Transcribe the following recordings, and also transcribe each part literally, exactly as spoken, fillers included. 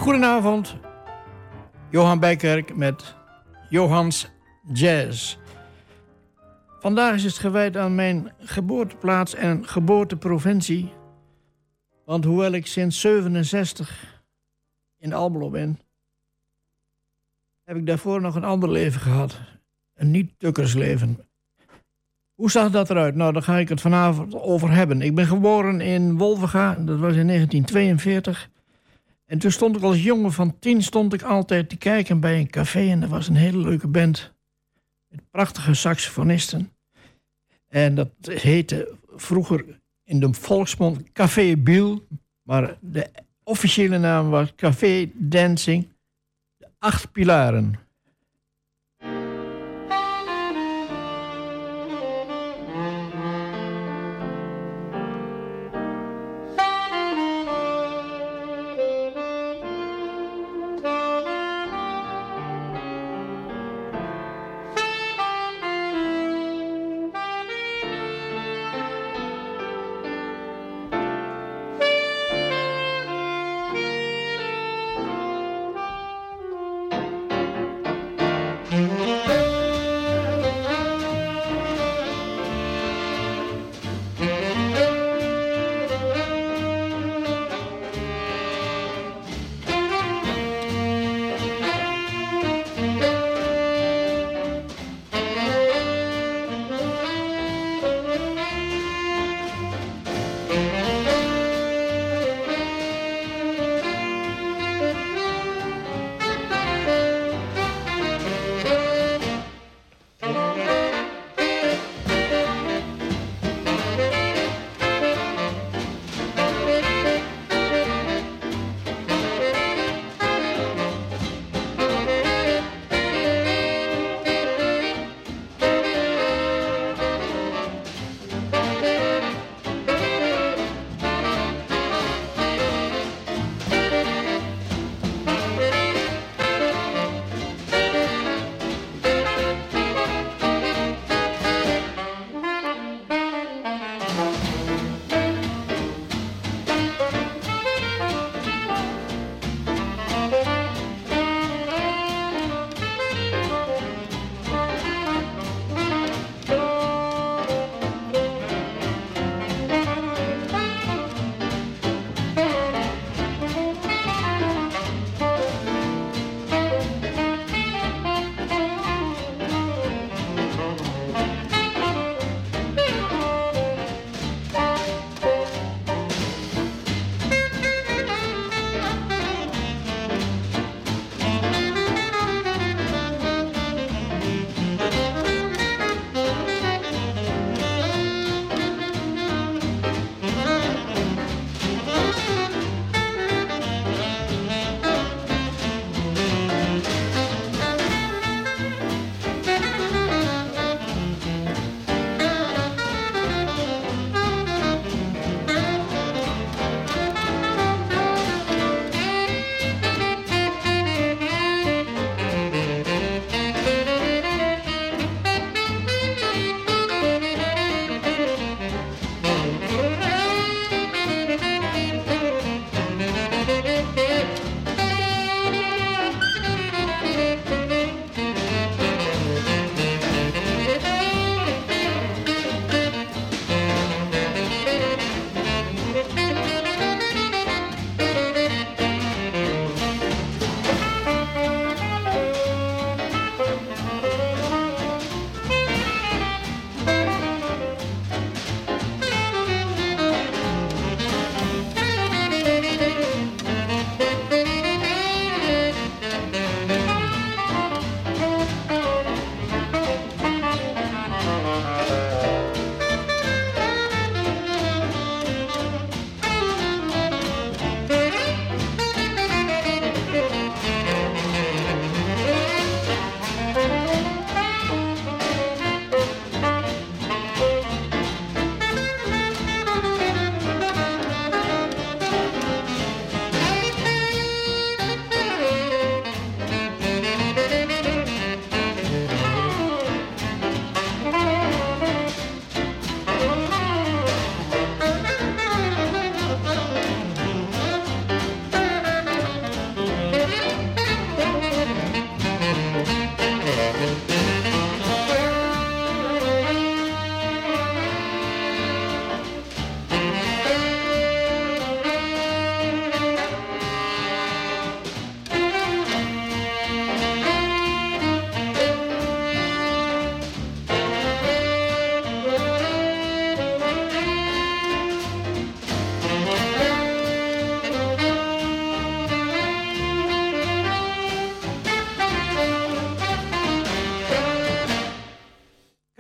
Goedenavond, Johan Bijkerk met Johans Jazz. Vandaag is het gewijd aan mijn geboorteplaats en geboorteprovincie. Want hoewel ik sinds zevenenzestig in Almelo ben, heb ik daarvoor nog een ander leven gehad. Een niet-tukkersleven. Hoe zag dat eruit? Nou, daar ga ik het vanavond over hebben. Ik ben geboren in Wolvenga, dat was in negentien tweeënveertig. En toen stond ik als jongen van tien stond ik altijd te kijken bij een café. En er was een hele leuke band met prachtige saxofonisten. En dat heette vroeger in de volksmond Café Biel. Maar de officiële naam was Café Dancing. De Acht Pilaren.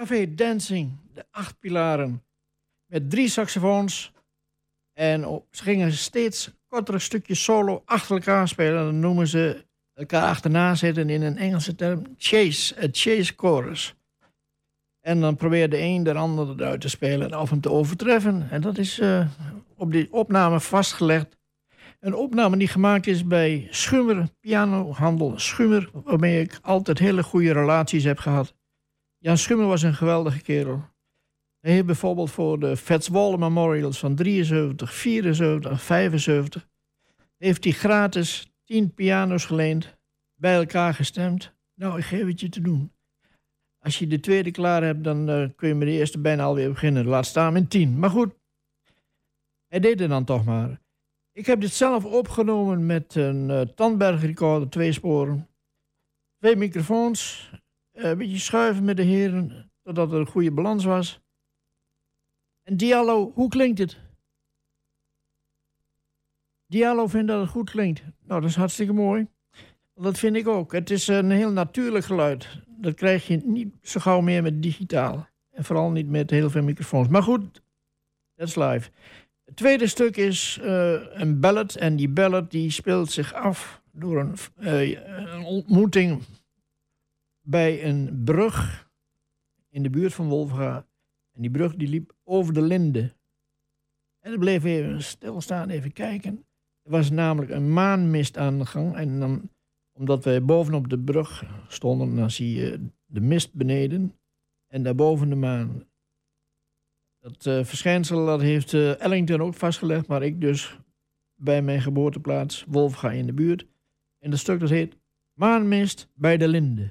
Café Dancing, de acht pilaren. Met drie saxofoons. En op, ze gingen steeds kortere stukjes solo achter elkaar spelen. Dan noemen ze elkaar achterna zitten in een Engelse term chase, een chase chorus. En dan probeerde de een de ander eruit te spelen of hem te overtreffen. En dat is uh, op die opname vastgelegd. Een opname die gemaakt is bij Schumer, pianohandel Schumer, waarmee ik altijd hele goede relaties heb gehad. Jan Schumer was een geweldige kerel. Hij heeft bijvoorbeeld voor de Fats Waller Memorials van drieënzeventig, vierenzeventig en vijfenzeventig... heeft hij gratis tien piano's geleend, bij elkaar gestemd. Nou, ik geef het je te doen. Als je de tweede klaar hebt, dan uh, kun je met de eerste bijna alweer beginnen. Laat staan met tien. Maar goed, hij deed het dan toch maar. Ik heb dit zelf opgenomen met een uh, Tandberg recorder, twee sporen. Twee microfoons, uh, een beetje schuiven met de heren, totdat er een goede balans was. En Diallo, hoe klinkt het? Diallo vindt dat het goed klinkt. Nou, dat is hartstikke mooi. Dat vind ik ook. Het is een heel natuurlijk geluid. Dat krijg je niet zo gauw meer met digitaal. En vooral niet met heel veel microfoons. Maar goed, dat is live. Het tweede stuk is uh, een ballad. En die ballad die speelt zich af door een, uh, een ontmoeting bij een brug in de buurt van Wolvenga. En die brug die liep over de Linde. En ik bleef even stilstaan, even kijken. Er was namelijk een maanmist aan de gang. En dan, omdat wij bovenop de brug stonden, dan zie je de mist beneden. En daarboven de maan. Dat uh, verschijnsel dat heeft uh, Ellington ook vastgelegd. Maar ik dus bij mijn geboorteplaats Wolvenga in de buurt. En dat stuk dat heet Maanmist bij de Linde.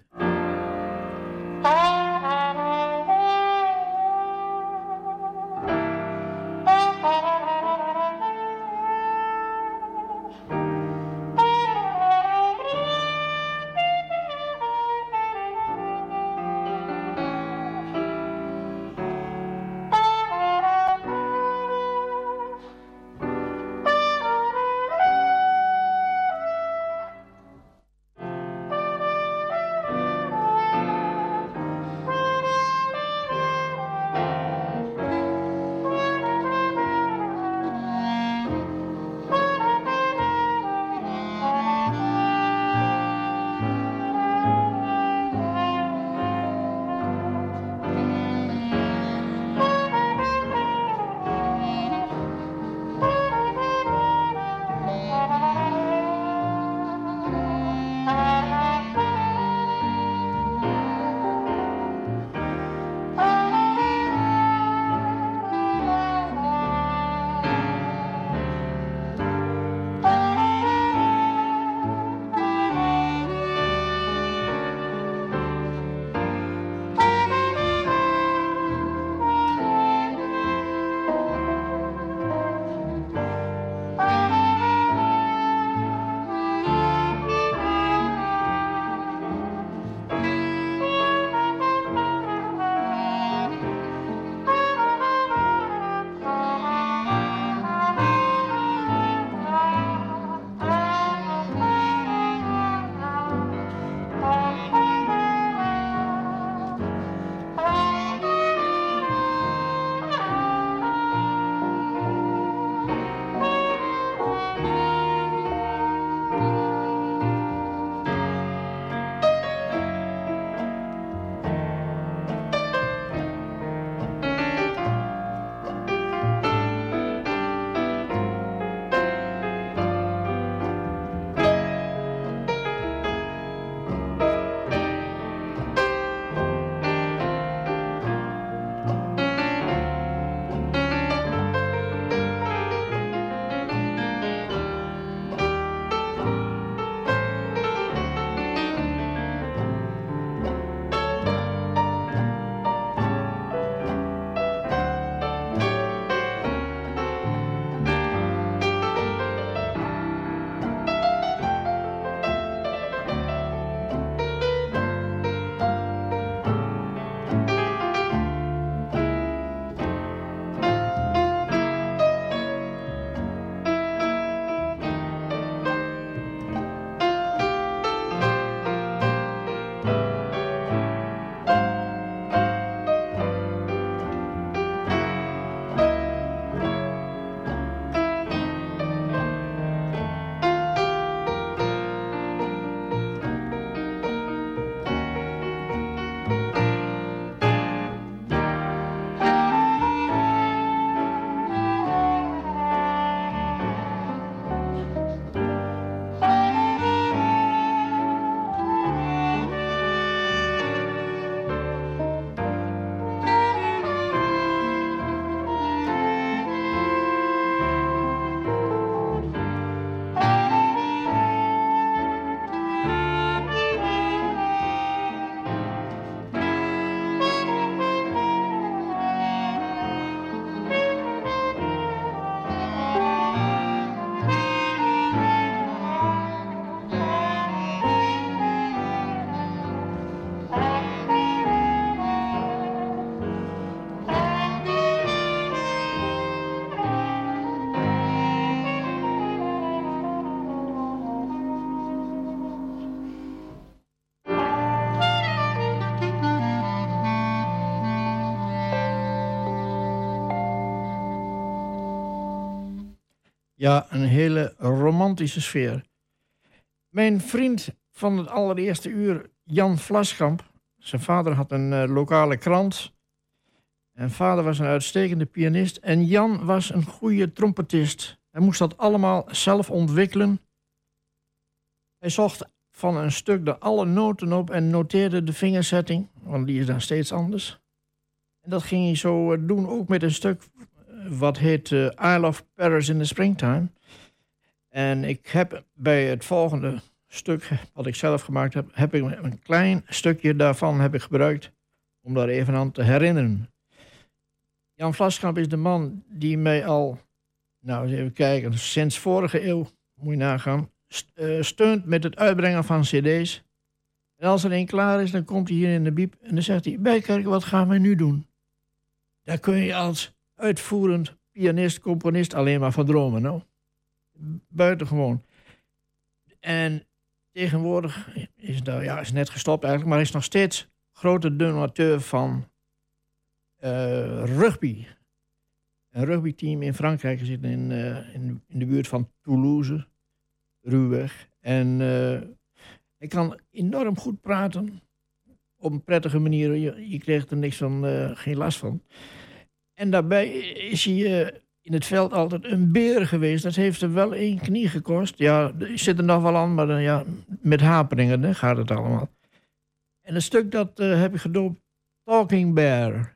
Ja, een hele romantische sfeer. Mijn vriend van het allereerste uur, Jan Vlaskamp. Zijn vader had een uh, lokale krant. En vader was een uitstekende pianist. En Jan was een goede trompetist. Hij moest dat allemaal zelf ontwikkelen. Hij zocht van een stuk de alle noten op en noteerde de vingerzetting. Want die is dan steeds anders. En dat ging hij zo uh, doen, ook met een stuk wat heet uh, Isle of Paris in the Springtime. En ik heb bij het volgende stuk, wat ik zelf gemaakt heb, heb ik een klein stukje daarvan heb ik gebruikt om daar even aan te herinneren. Jan Vlaskamp is de man die mij al, nou eens even kijken, sinds vorige eeuw, moet je nagaan, steunt met het uitbrengen van cd's. En als er een klaar is, dan komt hij hier in de biep en dan zegt hij, Bijkerk, wat gaan we nu doen? Daar kun je als uitvoerend pianist, componist alleen maar van dromen, nou. Buitengewoon. En tegenwoordig is dat, ja, is net gestopt eigenlijk, maar is nog steeds grote donateur van uh, rugby. Een rugbyteam in Frankrijk zit in, uh, in, in de buurt van Toulouse, ruwweg. En uh, hij kan enorm goed praten op een prettige manier. Je, je krijgt er niks van, uh, geen last van. En daarbij is hij uh, in het veld altijd een beer geweest. Dat heeft hem wel één knie gekost. Ja, ik zit er nog wel aan, maar uh, ja, met haperingen hè, gaat het allemaal. En een stuk dat uh, heb ik gedoopt Talking Bear.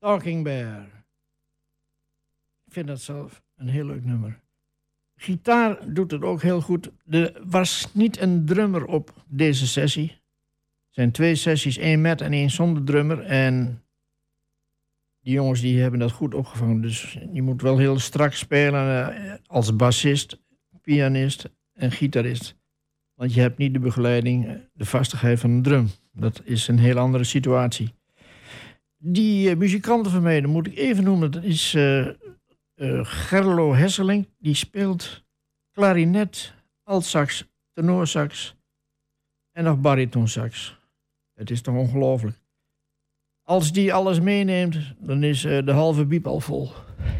Talking Bear. Ik vind dat zelf een heel leuk nummer. Gitaar doet het ook heel goed. Er was niet een drummer op deze sessie. Er zijn twee sessies, één met en één zonder drummer. En die jongens die hebben dat goed opgevangen. Dus je moet wel heel strak spelen uh, als bassist, pianist en gitarist. Want je hebt niet de begeleiding, de vastigheid van een drum. Dat is een heel andere situatie. Die uh, muzikanten van mij, dat moet ik even noemen. Dat is uh, uh, Gerlo Hesseling. Die speelt klarinet, altsax, tenorsax en nog baritonsax. Het is toch ongelooflijk. Als die alles meeneemt, dan is uh, de halve biep al vol.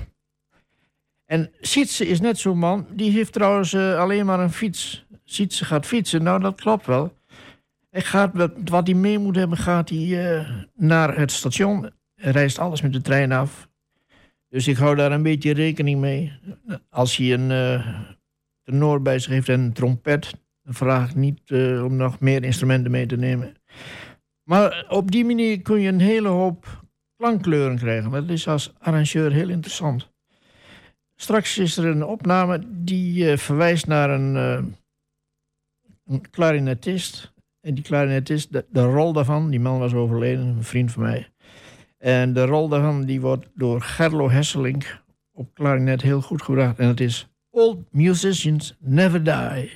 En Sietse is net zo'n man. Die heeft trouwens uh, alleen maar een fiets. Sietse gaat fietsen. Nou, dat klopt wel. Hij gaat, wat hij mee moet hebben, gaat hij uh, naar het station. Hij reist alles met de trein af. Dus ik hou daar een beetje rekening mee. Als hij een uh, tenor bij zich heeft en een trompet, dan vraag ik niet uh, om nog meer instrumenten mee te nemen. Maar op die manier kun je een hele hoop klankkleuren krijgen. Dat is als arrangeur heel interessant. Straks is er een opname die uh, verwijst naar een, uh, een klarinetist. En die klarinetist, de, de rol daarvan, die man was overleden, een vriend van mij. En de rol daarvan die wordt door Gerlo Hesseling op klarinet heel goed gebracht. En dat is Old Musicians Never Die.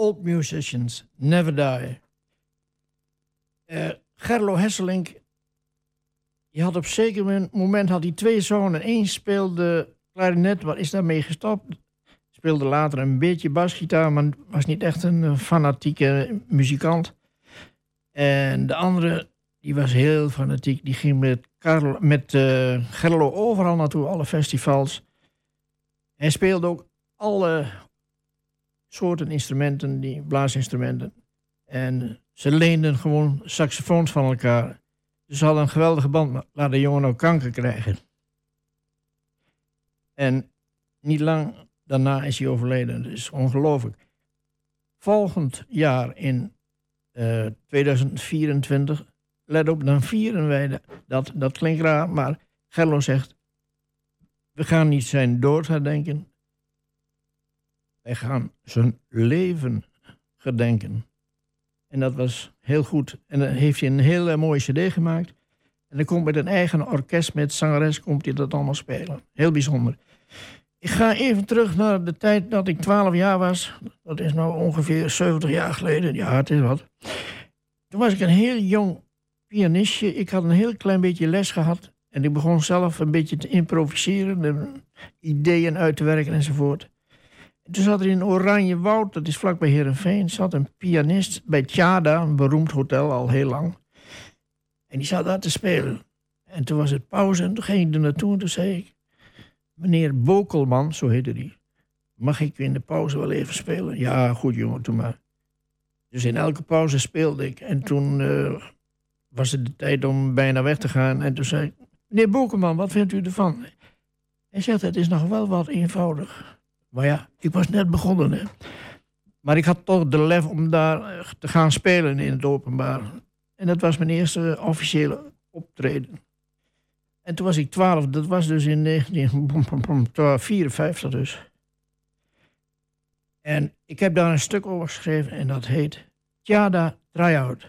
Old Musicians Never Die. Uh, Gerlo Hesselink, die had op een zeker moment had hij twee zonen. Eén speelde klarinet, maar is daarmee gestopt. Speelde later een beetje basgitaar, maar was niet echt een fanatieke muzikant. En de andere, die was heel fanatiek. Die ging met, Karel, met uh, Gerlo overal naartoe, alle festivals. Hij speelde ook alle soorten instrumenten, die blaasinstrumenten. En ze leenden gewoon saxofoons van elkaar. Dus ze hadden een geweldige band, maar laat de jongen ook kanker krijgen. En niet lang daarna is hij overleden. Dat is ongelooflijk. Volgend jaar in uh, tweeduizend vierentwintig, let op, dan vieren wij dat. Dat klinkt raar, maar Gerlo zegt, we gaan niet zijn dood herdenken. Wij gaan zijn leven gedenken. En dat was heel goed. En dan heeft hij een hele mooie cd gemaakt. En dan komt met een eigen orkest, met zangeres, komt hij dat allemaal spelen. Heel bijzonder. Ik ga even terug naar de tijd dat ik twaalf jaar was. Dat is nou ongeveer zeventig jaar geleden. Ja, het is wat. Toen was ik een heel jong pianistje. Ik had een heel klein beetje les gehad. En ik begon zelf een beetje te improviseren. De ideeën uit te werken enzovoort. En toen zat er in Oranjewoud, dat is vlakbij Heerenveen, zat een pianist bij Tjada, een beroemd hotel al heel lang. En die zat daar te spelen. En toen was het pauze en toen ging ik er naartoe en toen zei ik, meneer Bokelman, zo heette die, mag ik in de pauze wel even spelen? Ja, goed jongen, doe maar. Dus in elke pauze speelde ik. En toen uh, was het de tijd om bijna weg te gaan. En toen zei ik, meneer Bokelman, wat vindt u ervan? Hij zegt, het is nog wel wat eenvoudig. Maar ja, ik was net begonnen. Hè. Maar ik had toch de lef om daar te gaan spelen in het openbaar. En dat was mijn eerste officiële optreden. En toen was ik twaalf, dat was dus in negentien vierenvijftig dus. En ik heb daar een stuk over geschreven en dat heet Tjada Tryout.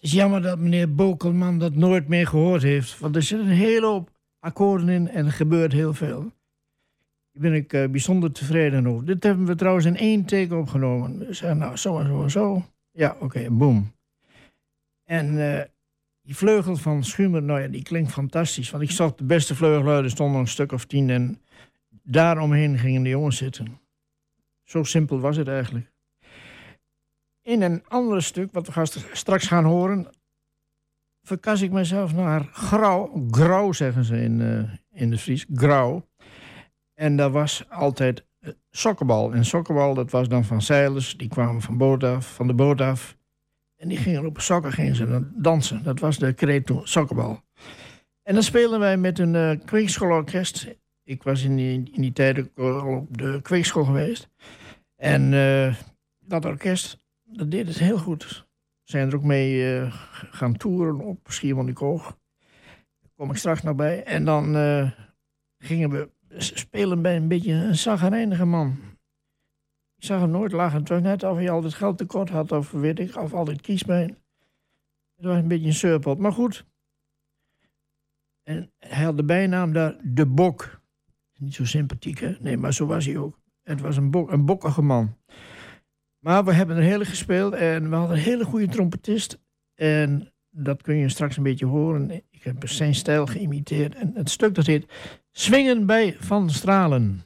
is jammer dat meneer Bokelman dat nooit meer gehoord heeft. Want er zit een hele hoop akkoorden in en er gebeurt heel veel. Daar ben ik uh, bijzonder tevreden over. Dit hebben we trouwens in één take opgenomen. We zeggen nou zo en zo en zo. Ja, oké, okay, boom. En uh, die vleugel van Schumer, nou ja, die klinkt fantastisch. Want ik zag de beste vleugelluiden, stonden een stuk of tien. En daaromheen gingen de jongens zitten. Zo simpel was het eigenlijk. In een ander stuk, wat we gaan straks gaan horen, verkas ik mezelf naar grauw. Grauw zeggen ze in, uh, in de Fries. Grauw. En dat was altijd uh, sokkenbal. En sokkenbal, dat was dan van zeilers. Die kwamen van, boot af, van de boot af. En die gingen op sokken gingen ze dan dansen. Dat was de kreet toen, sokkenbal. En dan speelden wij met een uh, kweekschoolorkest. Ik was in die, in die tijd ook al op de kweekschool geweest. En uh, dat orkest, dat deed het heel goed. Zijn er ook mee uh, gaan toeren op Schiermonnikoog. Daar kom ik straks nog bij. En dan uh, gingen we spelen bij een beetje een zagrijnige man. Ik zag hem nooit lachen. Het was net of hij altijd geld tekort had of weet ik, of altijd kiespijn. Het was een beetje een surpot, maar goed. En hij had de bijnaam daar De Bok. Niet zo sympathiek, hè? Nee, maar zo was hij ook. Het was een, bok, een bokkige man. Maar we hebben er heel erg gespeeld en we hadden een hele goede trompetist. En dat kun je straks een beetje horen. Ik heb zijn stijl geïmiteerd. En het stuk dat heet Swingen bij Van Stralen.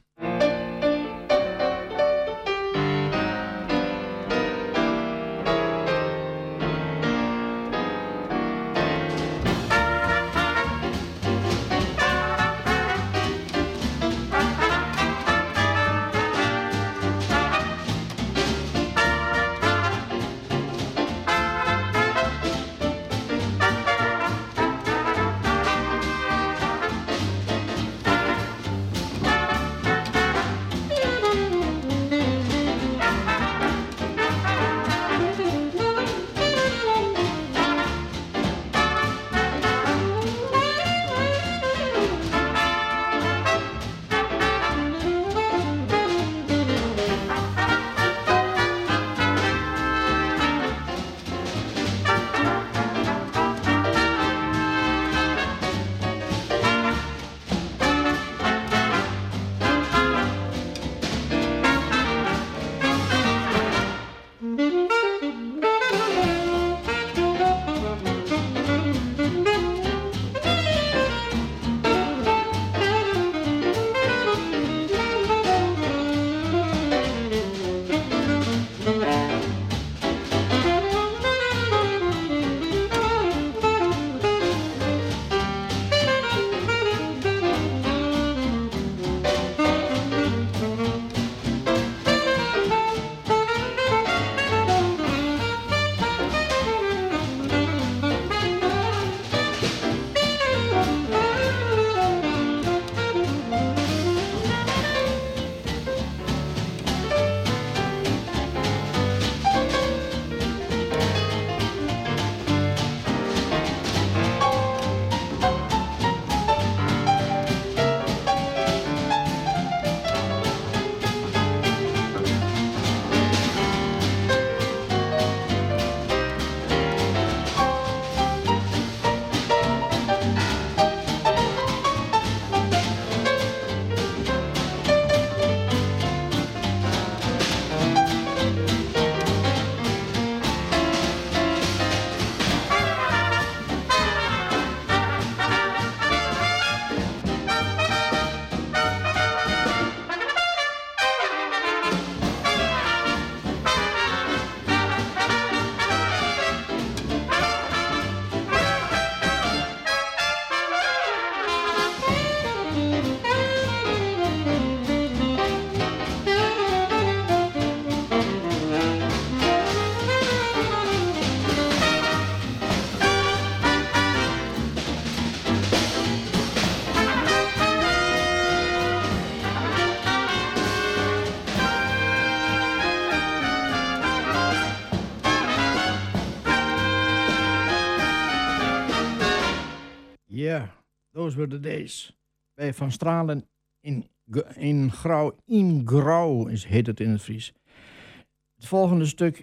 Yeah, those were the days. Bij Van Stralen in, in Grauw. In Grauw is, heet het in het Fries. Het volgende stuk,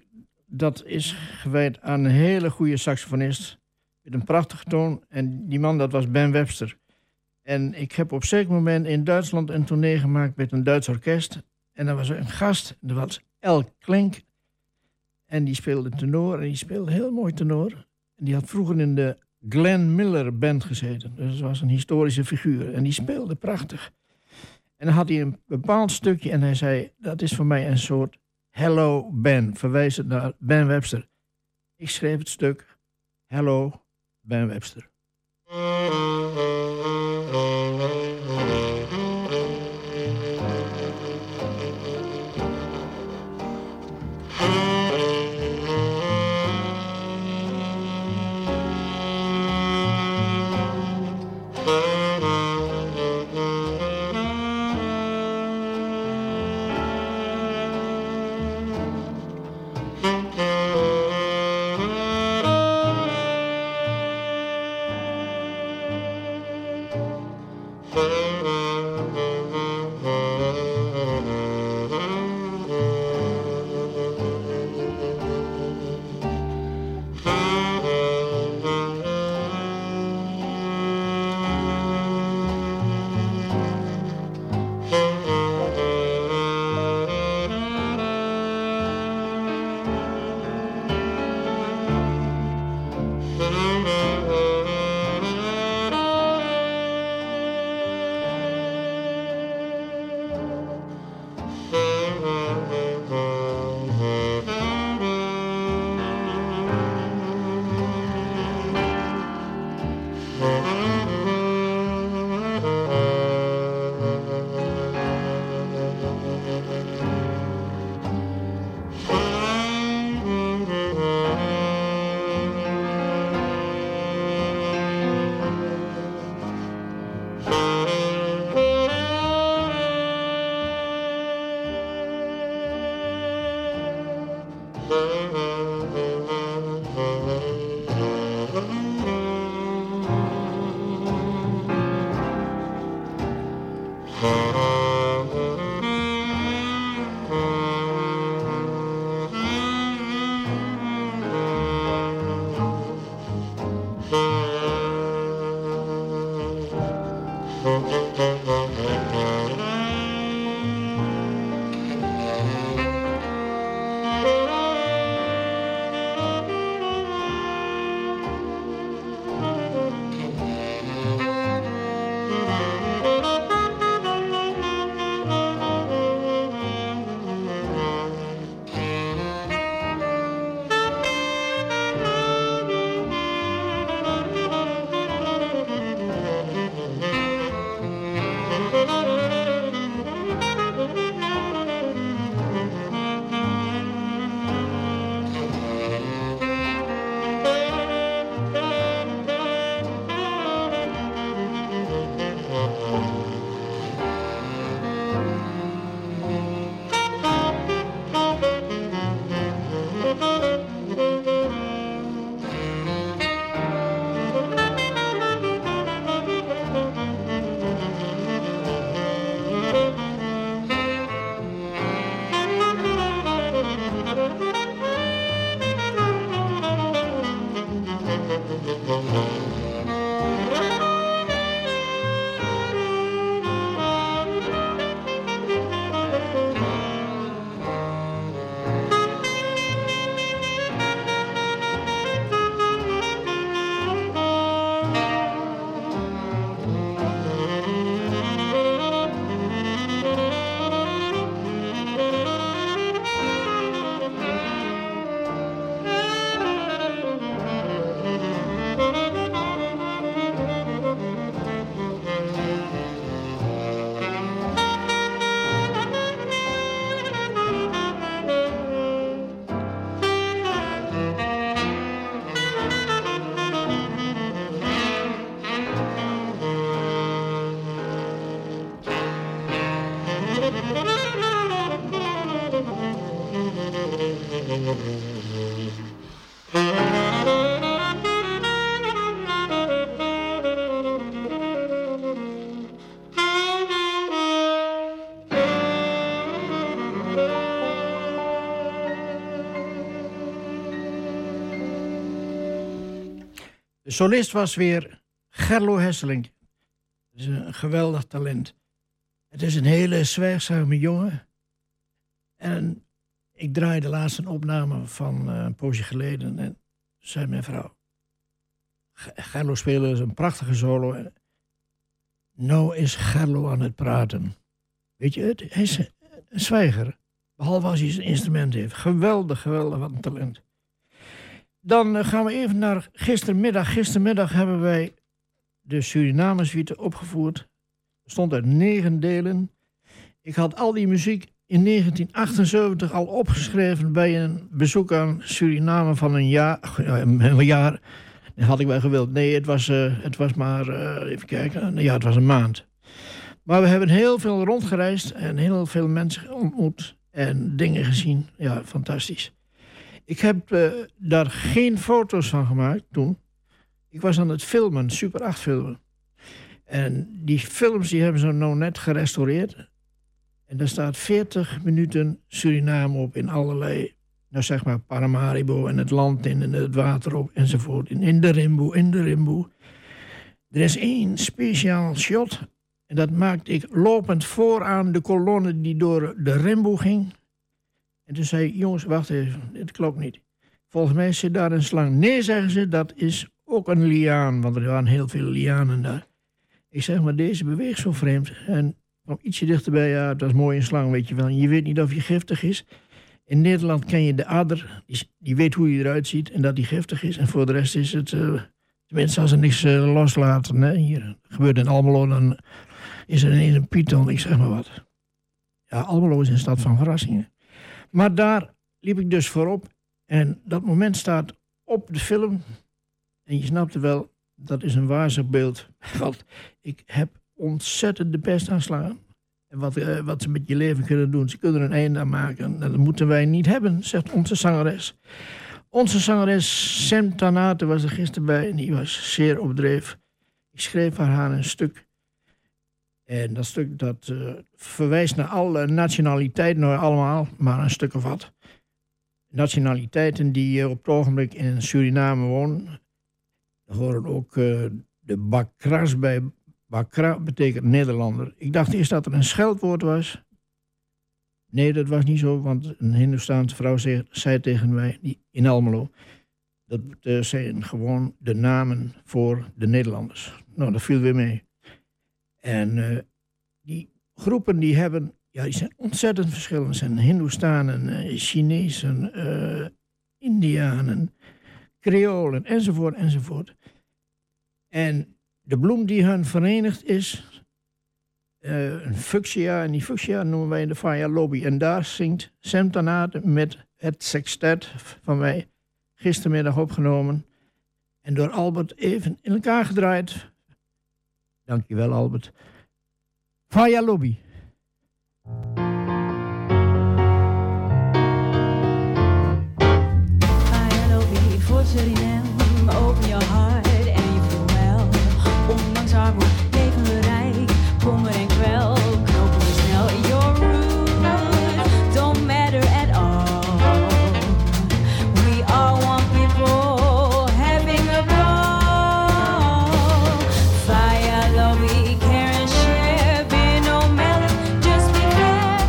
dat is gewijd aan een hele goede saxofonist. Met een prachtige toon. En die man, dat was Ben Webster. En ik heb op zeker moment in Duitsland een tournee gemaakt met een Duits orkest. En er was een gast, dat was El Klink. En die speelde tenor en die speelde heel mooi tenor. En die had vroeger in de Glenn Miller Band gezeten. Dus dat was een historische figuur. En die speelde prachtig. En dan had hij een bepaald stukje en hij zei... dat is voor mij een soort Hello Ben, verwijzend naar Ben Webster. Ik schreef het stuk Hello Ben Webster. De solist was weer Gerlo Hesselink. Dat is een geweldig talent. Het is een hele zwijgzame jongen. En ik draaide laatst een opname van uh, een poosje geleden. En zei mijn vrouw... Gerlo spelen is een prachtige solo. Nou is Gerlo aan het praten. Weet je, het, hij is een zwijger. Behalve als hij zijn instrument heeft. Geweldig, geweldig, wat een talent. Dan uh, gaan we even naar gistermiddag. Gistermiddag hebben wij de Suriname-suite opgevoerd. Het bestond uit negen delen. Ik had al die muziek in negentien achtenzeventig al opgeschreven bij een bezoek aan Suriname van een jaar. Een jaar dat had ik wel gewild. Nee, het was, uh, het was maar, uh, even kijken, ja, het was een maand. Maar we hebben heel veel rondgereisd en heel veel mensen ontmoet en dingen gezien. Ja, fantastisch. Ik heb uh, daar geen foto's van gemaakt toen. Ik was aan het filmen, Super acht filmen. En die films die hebben ze nou net gerestaureerd. En daar staat veertig minuten Suriname op in allerlei, nou zeg maar Paramaribo en het land in en het water op enzovoort. In, in de Rimboe, in de Rimboe. Er is één speciaal shot en dat maakte ik lopend vooraan de kolonne die door de Rimboe ging. En toen zei ik, jongens, wacht even, dit klopt niet. Volgens mij zit daar een slang. Nee, zeggen ze, dat is ook een liaan, want er waren heel veel lianen daar. Ik zeg, maar deze beweegt zo vreemd. En kwam ietsje dichterbij, ja, dat is mooi een slang, weet je wel. Je weet niet of je giftig is. In Nederland ken je de adder, die, die weet hoe hij eruit ziet en dat hij giftig is. En voor de rest is het, uh, tenminste als ze niks uh, loslaten. Hè. Hier gebeurt in Almelo, dan is er ineens een python, ik zeg maar wat. Ja, Almelo is een stad van verrassingen. Maar daar liep ik dus voorop en dat moment staat op de film. En je snapt er wel, dat is een waarzegbeeld. Want ik heb ontzettend de pest aanslaan. En wat, uh, wat ze met je leven kunnen doen. Ze kunnen er een einde aan maken. Dat moeten wij niet hebben, zegt onze zangeres. Onze zangeres Sem Tanate was er gisteren bij. En die was zeer op dreef. Ik schreef voor haar een stuk. En dat stuk dat uh, verwijst naar alle nationaliteiten. Nou, allemaal, maar een stuk of wat. Nationaliteiten die uh, op het ogenblik in Suriname wonen. Er horen ook uh, de Bakras bij. Bakra betekent Nederlander. Ik dacht eerst dat er een scheldwoord was. Nee, dat was niet zo, want een Hindoestaanse vrouw zei, zei tegen mij die, in Almelo. Dat uh, zijn gewoon de namen voor de Nederlanders. Nou, dat viel weer mee. En uh, die groepen die hebben, ja, die zijn ontzettend verschillend. Er zijn Hindoestanen, uh, Chinezen, uh, Indianen, Creolen, enzovoort, enzovoort. En de bloem die hen verenigt is uh, een fuchsia. En die fuchsia noemen wij de Faya Lobby. En daar zingt Sem Tanate met het sextet van mij gistermiddag opgenomen. En door Albert even in elkaar gedraaid. Dankjewel, Albert. Faya Lobby. Faya Lobby voor Suriname. Open your heart. Ondanks armoede leven we rijk, kommer en kwel, knopen we snel in your roots, don't matter at all. We are one people, having a ball. Fire, love, we care and share, be no matter, just be fair.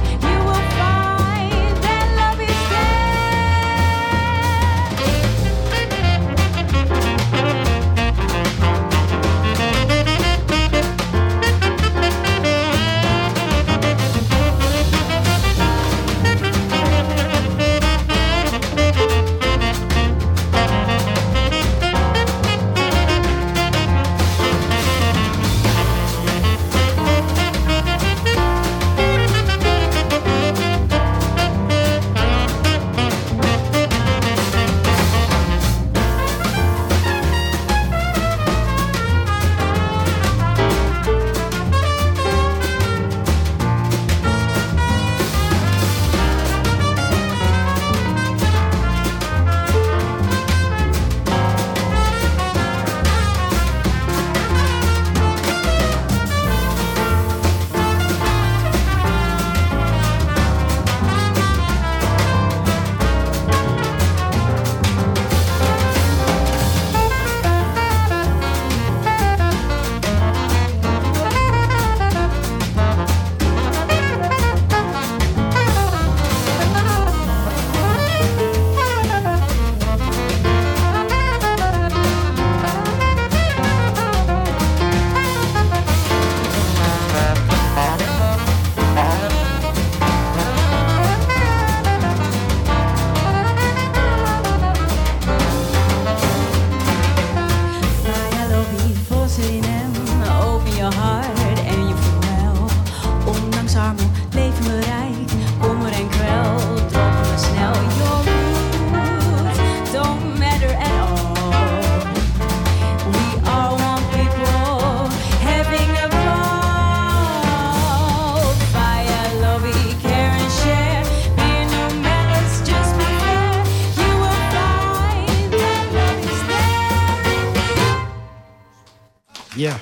Ja.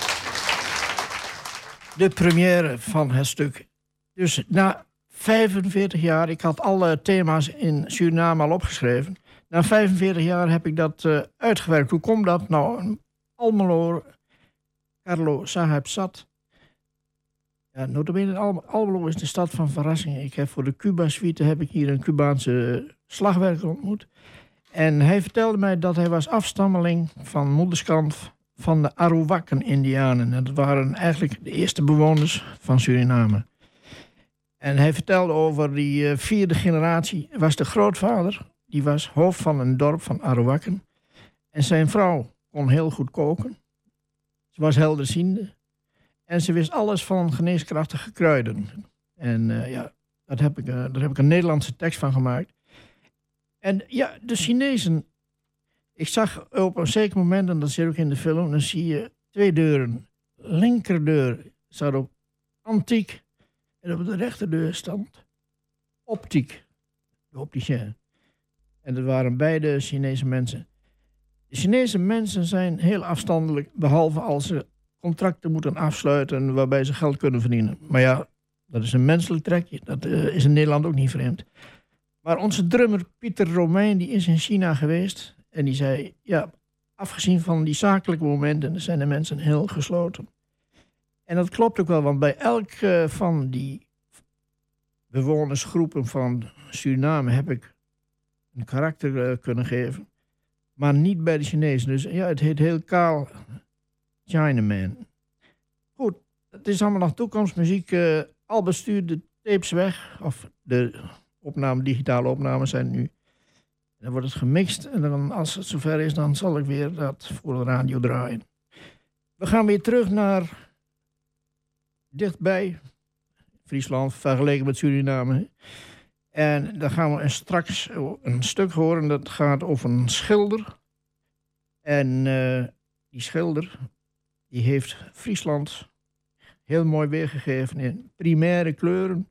De première van het stuk. Dus na vijfenveertig jaar, ik had alle thema's in Suriname al opgeschreven. Na vijfenveertig jaar heb ik dat uh, uitgewerkt. Hoe komt dat? Nou, Almelo, Carlo Saheb Sat. Ja, notabene, Al- Almelo is de stad van verrassingen. Ik heb voor de Cuba-suite heb ik hier een Cubaanse slagwerker ontmoet. En hij vertelde mij dat hij was afstammeling van moederskant van de Arawakan-Indianen. En dat waren eigenlijk de eerste bewoners van Suriname. En hij vertelde over die uh, vierde generatie. Was de grootvader, die was hoofd van een dorp van Arawakan. En zijn vrouw kon heel goed koken. Ze was helderziende. En ze wist alles van geneeskrachtige kruiden. En uh, ja, dat heb ik, uh, daar heb ik een Nederlandse tekst van gemaakt. En ja, de Chinezen. Ik zag op een zeker moment, en dat zit ook in de film, dan zie je twee deuren. Linkerdeur staat op antiek. En op de rechterdeur stond optiek. De opticien. En dat waren beide Chinese mensen. De Chinese mensen zijn heel afstandelijk, behalve als ze contracten moeten afsluiten waarbij ze geld kunnen verdienen. Maar ja, dat is een menselijk trekje. Dat uh, is in Nederland ook niet vreemd. Maar onze drummer Pieter Romein, die is in China geweest. En die zei, ja, afgezien van die zakelijke momenten, zijn de mensen heel gesloten. En dat klopt ook wel, want bij elk uh, van die bewonersgroepen van Suriname heb ik een karakter uh, kunnen geven. Maar niet bij de Chinezen. Dus ja, het heet heel kaal Chinaman. Goed, het is allemaal nog toekomstmuziek. Uh, Albert stuurt de tapes weg. Of de opname, digitale opnames zijn nu. Dan wordt het gemixt. En dan, als het zover is, dan zal ik weer dat voor de radio draaien. We gaan weer terug naar dichtbij Friesland, vergeleken met Suriname. En dan gaan we straks een stuk horen. Dat gaat over een schilder. En uh, die schilder, die heeft Friesland heel mooi weergegeven in primaire kleuren.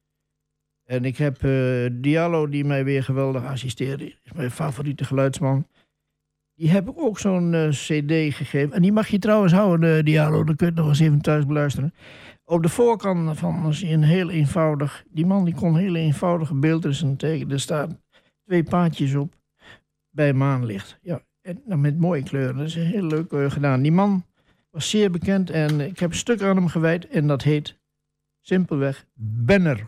En ik heb uh, Diallo, die mij weer geweldig assisteerde. Is mijn favoriete geluidsman. Die heb ik ook zo'n uh, cd gegeven. En die mag je trouwens houden, uh, Diallo. Dan kun je het nog eens even thuis beluisteren. Op de voorkant van zie je een heel eenvoudig... Die man die kon heel eenvoudige beeldjes tekenen. Er staan twee paadjes op bij maanlicht. Ja, en dan met mooie kleuren. Dat is heel leuk uh, gedaan. Die man was zeer bekend en ik heb een stuk aan hem gewijd. En dat heet simpelweg Benner.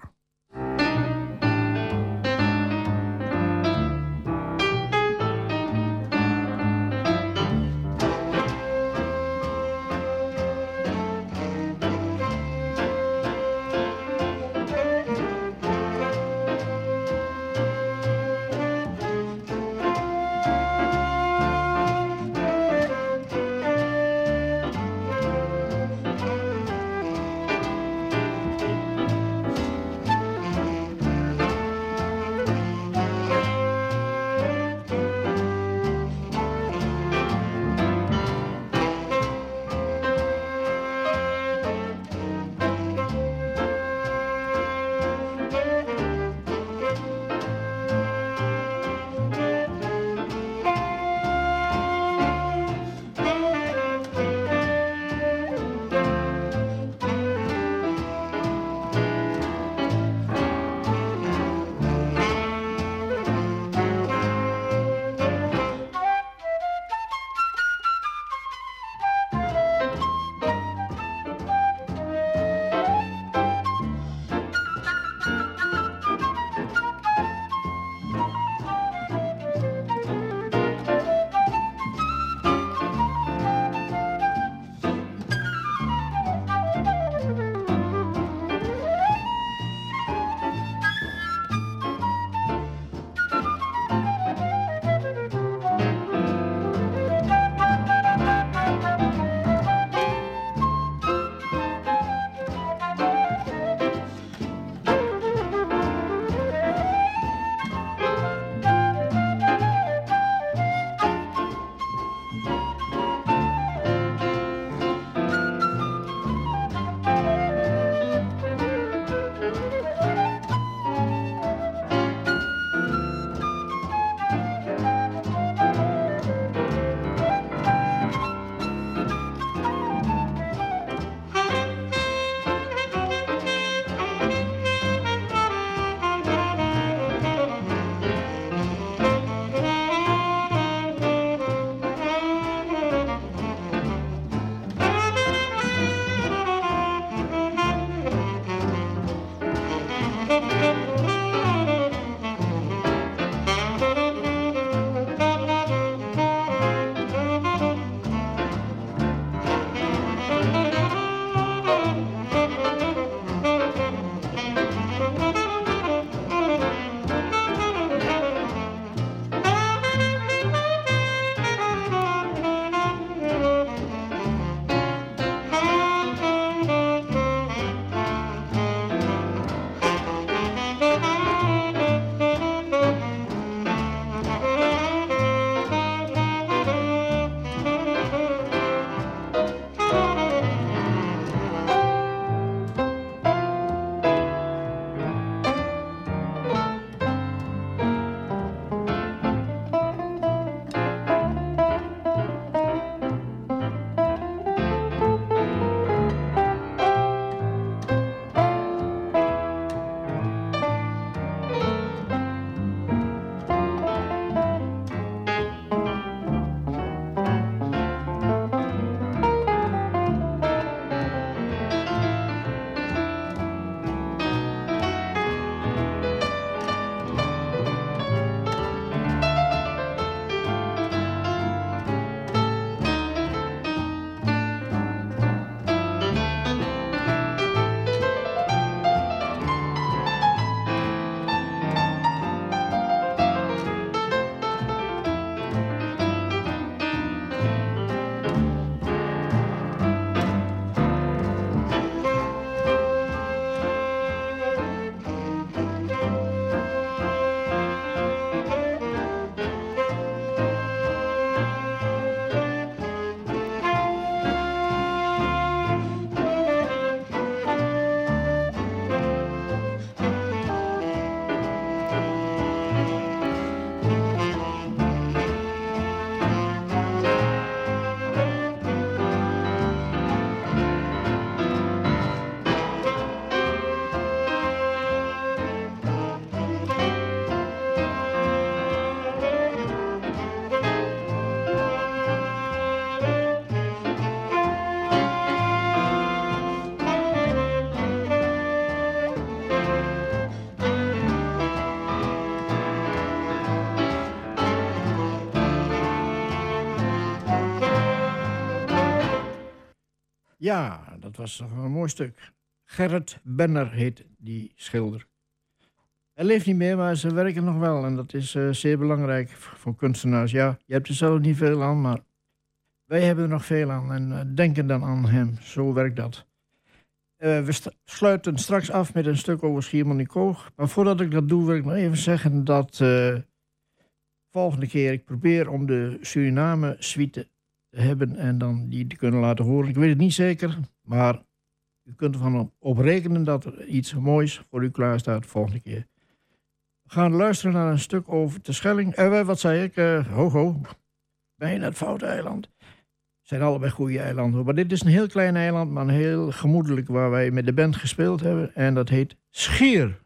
Ja, dat was nog een mooi stuk. Gerrit Benner heet die schilder. Hij leeft niet meer, maar ze werken nog wel. En dat is uh, zeer belangrijk voor kunstenaars. Ja, je hebt er zelf niet veel aan, maar wij hebben er nog veel aan. En uh, denken dan aan hem. Zo werkt dat. Uh, we st- sluiten straks af met een stuk over Schiermonnikoog. Maar voordat ik dat doe, wil ik nog even zeggen dat... Uh, volgende keer ik probeer om de Suriname-suite te hebben... en dan die te kunnen laten horen. Ik weet het niet zeker, maar... U kunt ervan op, op rekenen dat er iets moois voor u klaar staat de volgende keer. We gaan luisteren naar een stuk over de Schelling. Eh, wat zei ik? Uh, ho, ho. Bijna het foute eiland. Het zijn allebei goede eilanden. Maar dit is een heel klein eiland, maar een heel gemoedelijk... waar wij met de band gespeeld hebben. En dat heet Schier.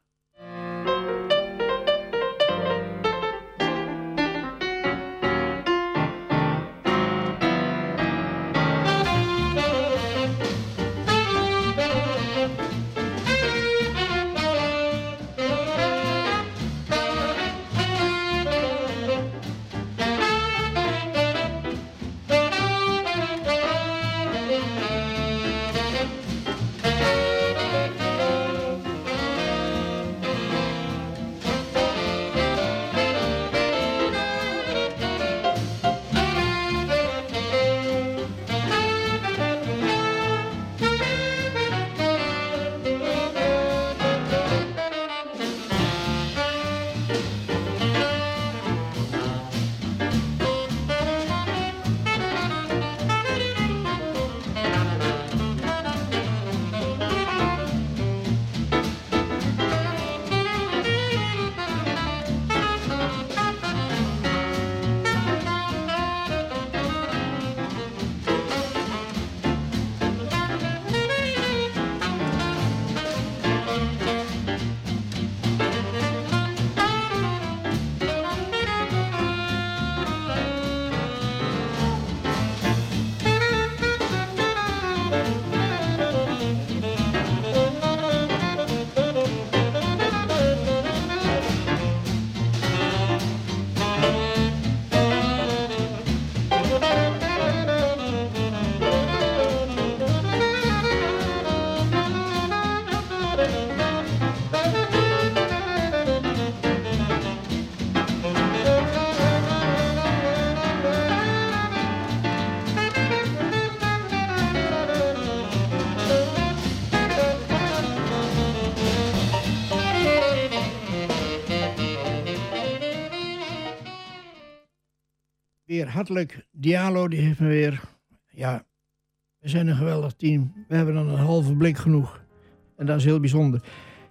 Weer hartelijk. Diallo die heeft me weer... Ja, we zijn een geweldig team. We hebben dan een halve blik genoeg. En dat is heel bijzonder.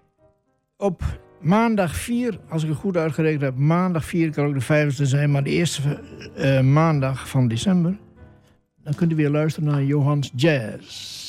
Op maandag vier, als ik het goed uitgerekend heb... maandag vier kan ook de vijfde zijn... maar de eerste uh, maandag van december... dan kunt u weer luisteren naar Johans Jazz.